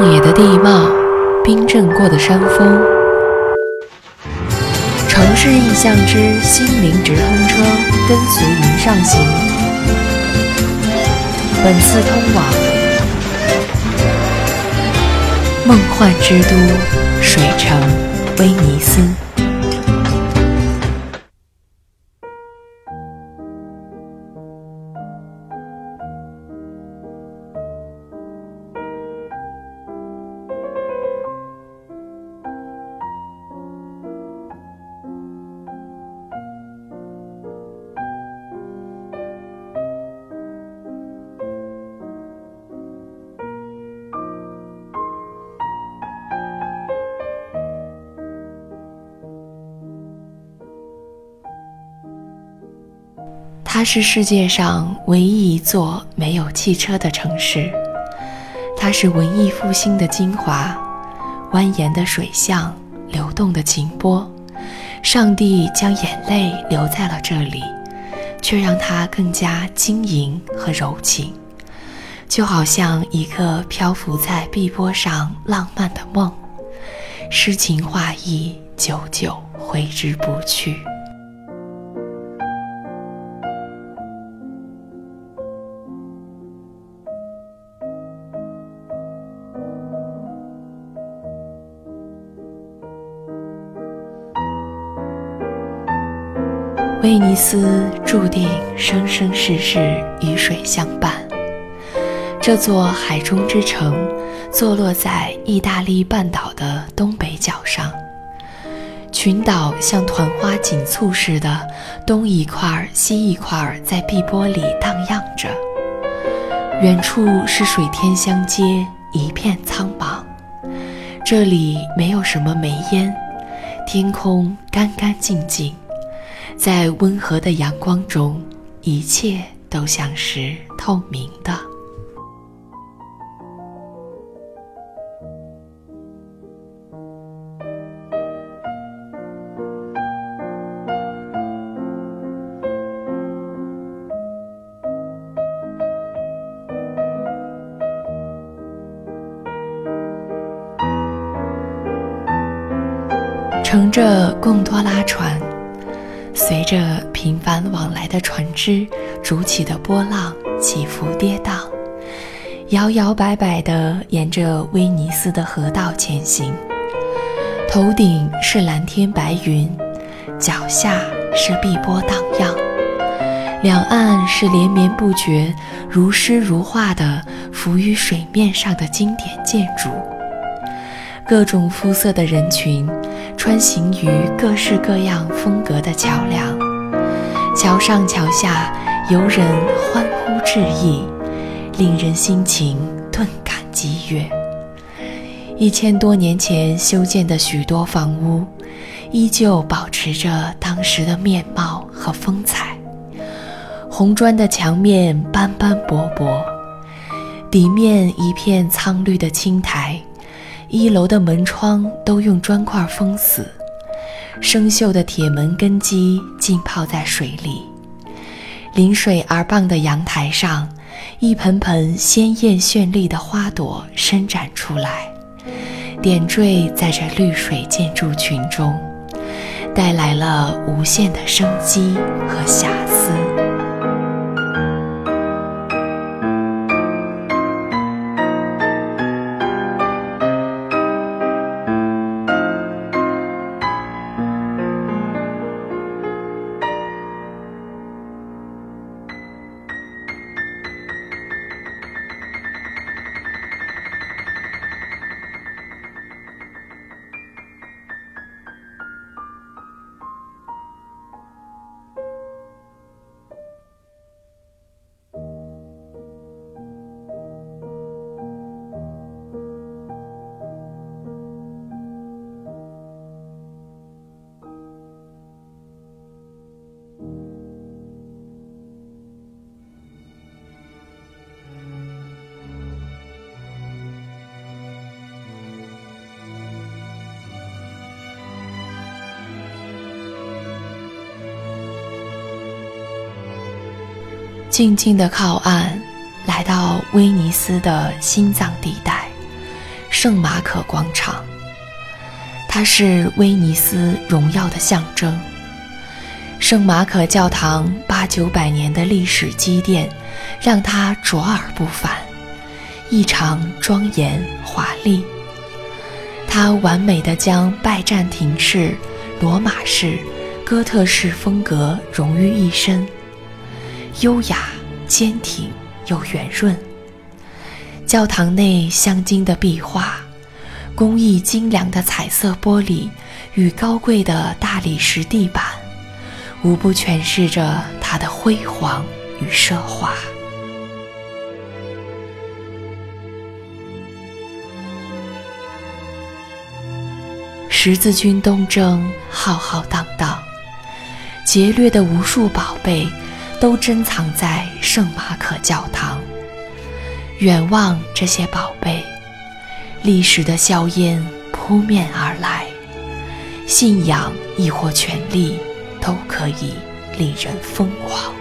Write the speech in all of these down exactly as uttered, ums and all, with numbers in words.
野的地貌，冰镇过的山峰，城市印象之心灵直通车，跟随云上行。本次通往梦幻之都水城威尼斯。它是世界上唯一一座没有汽车的城市，它是文艺复兴的精华，蜿蜒的水巷，流动的琴波，上帝将眼泪留在了这里，却让它更加晶莹和柔情，就好像一个漂浮在碧波上浪漫的梦，诗情画意，久久挥之不去。威尼斯注定生生世世与水相伴。这座海中之城坐落在意大利半岛的东北角上，群岛像团花锦簇似的东一块西一块在碧波里荡漾着，远处是水天相接，一片苍茫。这里没有什么煤烟，天空干干净净，在温和的阳光中，一切都像是透明的。乘着贡多拉船，随着频繁往来的船只筑起的波浪起伏跌宕，摇摇摆摆地沿着威尼斯的河道前行，头顶是蓝天白云，脚下是碧波荡漾，两岸是连绵不绝如诗如画的浮于水面上的经典建筑，各种肤色的人群穿行于各式各样风格的桥梁，桥上桥下游人欢呼致意，令人心情顿感激悦。一千多年前修建的许多房屋依旧保持着当时的面貌和风采，红砖的墙面斑斑驳驳，底面一片苍绿的青苔，一楼的门窗都用砖块封死，生锈的铁门根基浸泡在水里。临水而傍的阳台上，一盆盆鲜艳绚丽的花朵伸展出来，点缀在这绿水建筑群中，带来了无限的生机和遐思。静静地靠岸，来到威尼斯的心脏地带， 圣马可广场。它是威尼斯荣耀的象征。圣马可教堂八九百年的历史积淀，让它卓尔不凡，异常庄严华丽。它完美地将拜占庭式、罗马式、哥特式风格融于一身，优雅、坚挺又圆润。教堂内镶金的壁画，工艺精良的彩色玻璃与高贵的大理石地板，无不诠释着它的辉煌与奢华。十字军东征浩浩荡荡，劫掠的无数宝贝都珍藏在圣马可教堂。远望这些宝贝，历史的硝烟扑面而来，信仰亦或权力都可以令人疯狂。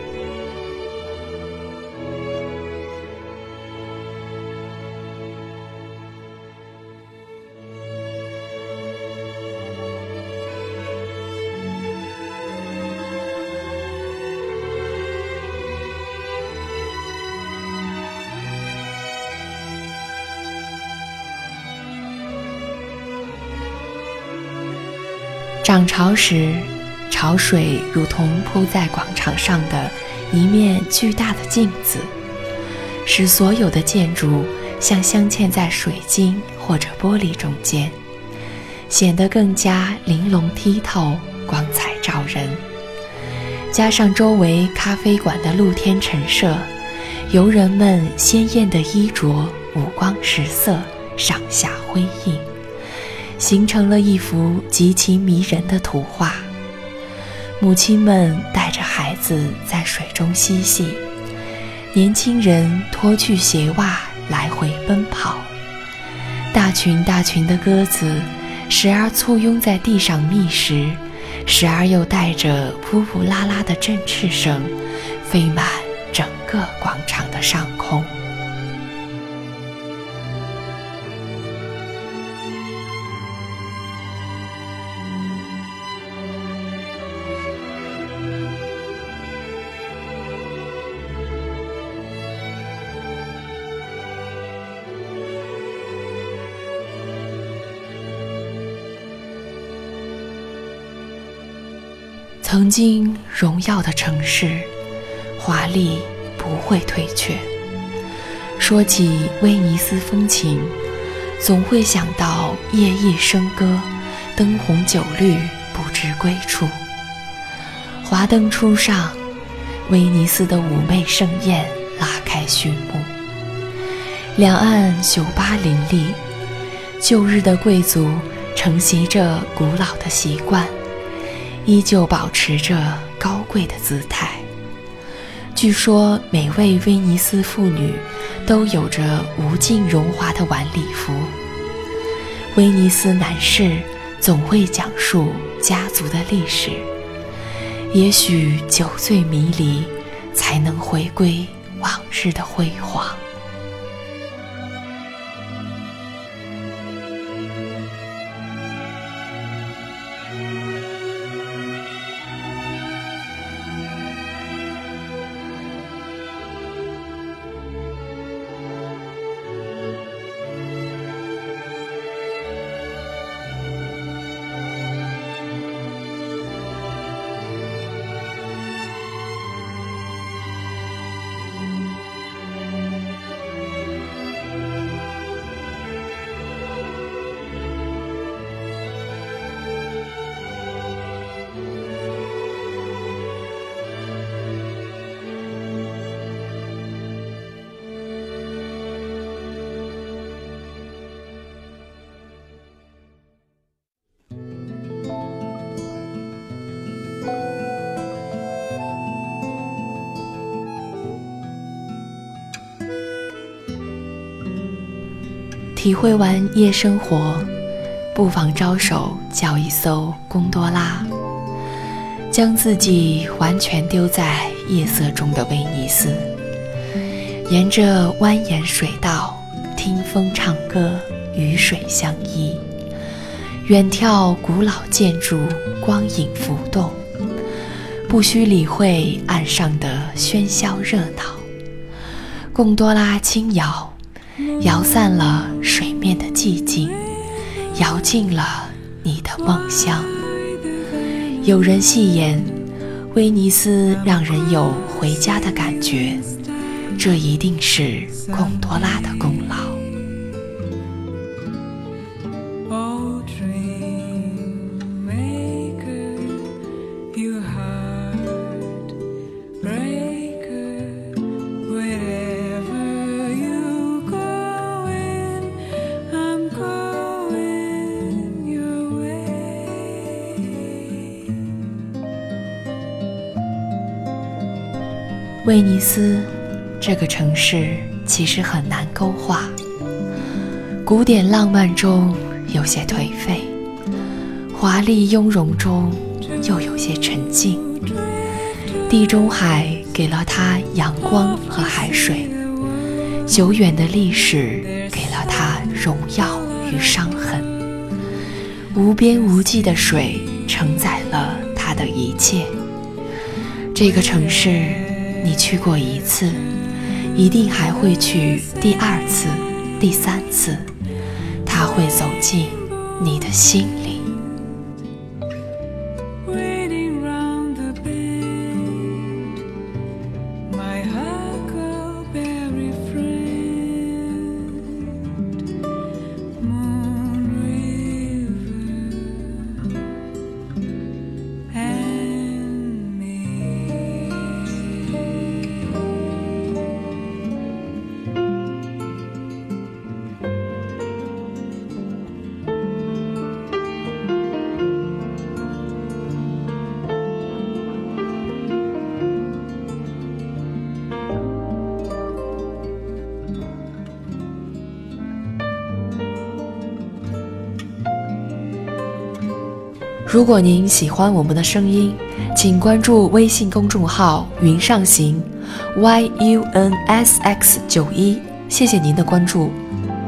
涨潮时，潮水如同铺在广场上的一面巨大的镜子，使所有的建筑像镶嵌在水晶或者玻璃中间，显得更加玲珑剔透，光彩照人。加上周围咖啡馆的露天陈设，游人们鲜艳的衣着五光十色，上下辉映，形成了一幅极其迷人的图画。母亲们带着孩子在水中嬉戏，年轻人脱去鞋袜来回奔跑，大群大群的鸽子时而簇拥在地上觅食，时而又带着扑扑啦啦的振翅声飞满整个广场的上空。曾经荣耀的城市，华丽不会退却。说起威尼斯风情，总会想到夜夜笙歌，灯红酒绿，不知归处。华灯初上，威尼斯的妩媚盛宴拉开序幕。两岸酒吧林立，旧日的贵族承袭着古老的习惯，依旧保持着高贵的姿态。据说每位威尼斯妇女都有着无尽荣华的晚礼服。威尼斯男士总会讲述家族的历史，也许酒醉迷离，才能回归往日的辉煌。体会完夜生活，不妨招手叫一艘贡多拉，将自己完全丢在夜色中的威尼斯，沿着蜿蜒水道听风唱歌， 与水相依。远眺古老建筑，光影浮动，不需理会岸上的喧嚣热闹。贡多拉轻摇，摇散了水面的寂静，摇进了你的梦乡。有人戏言，威尼斯让人有回家的感觉，这一定是贡多拉的功劳。威尼斯这个城市其实很难勾画，古典浪漫中有些颓废，华丽雍容中又有些沉静。地中海给了它阳光和海水，久远的历史给了它荣耀与伤痕，无边无际的水承载了它的一切。这个城市你去过一次，一定还会去第二次、第三次，它会走进你的心里。如果您喜欢我们的声音，请关注微信公众号云上行 Y U N S X 九一，谢谢您的关注。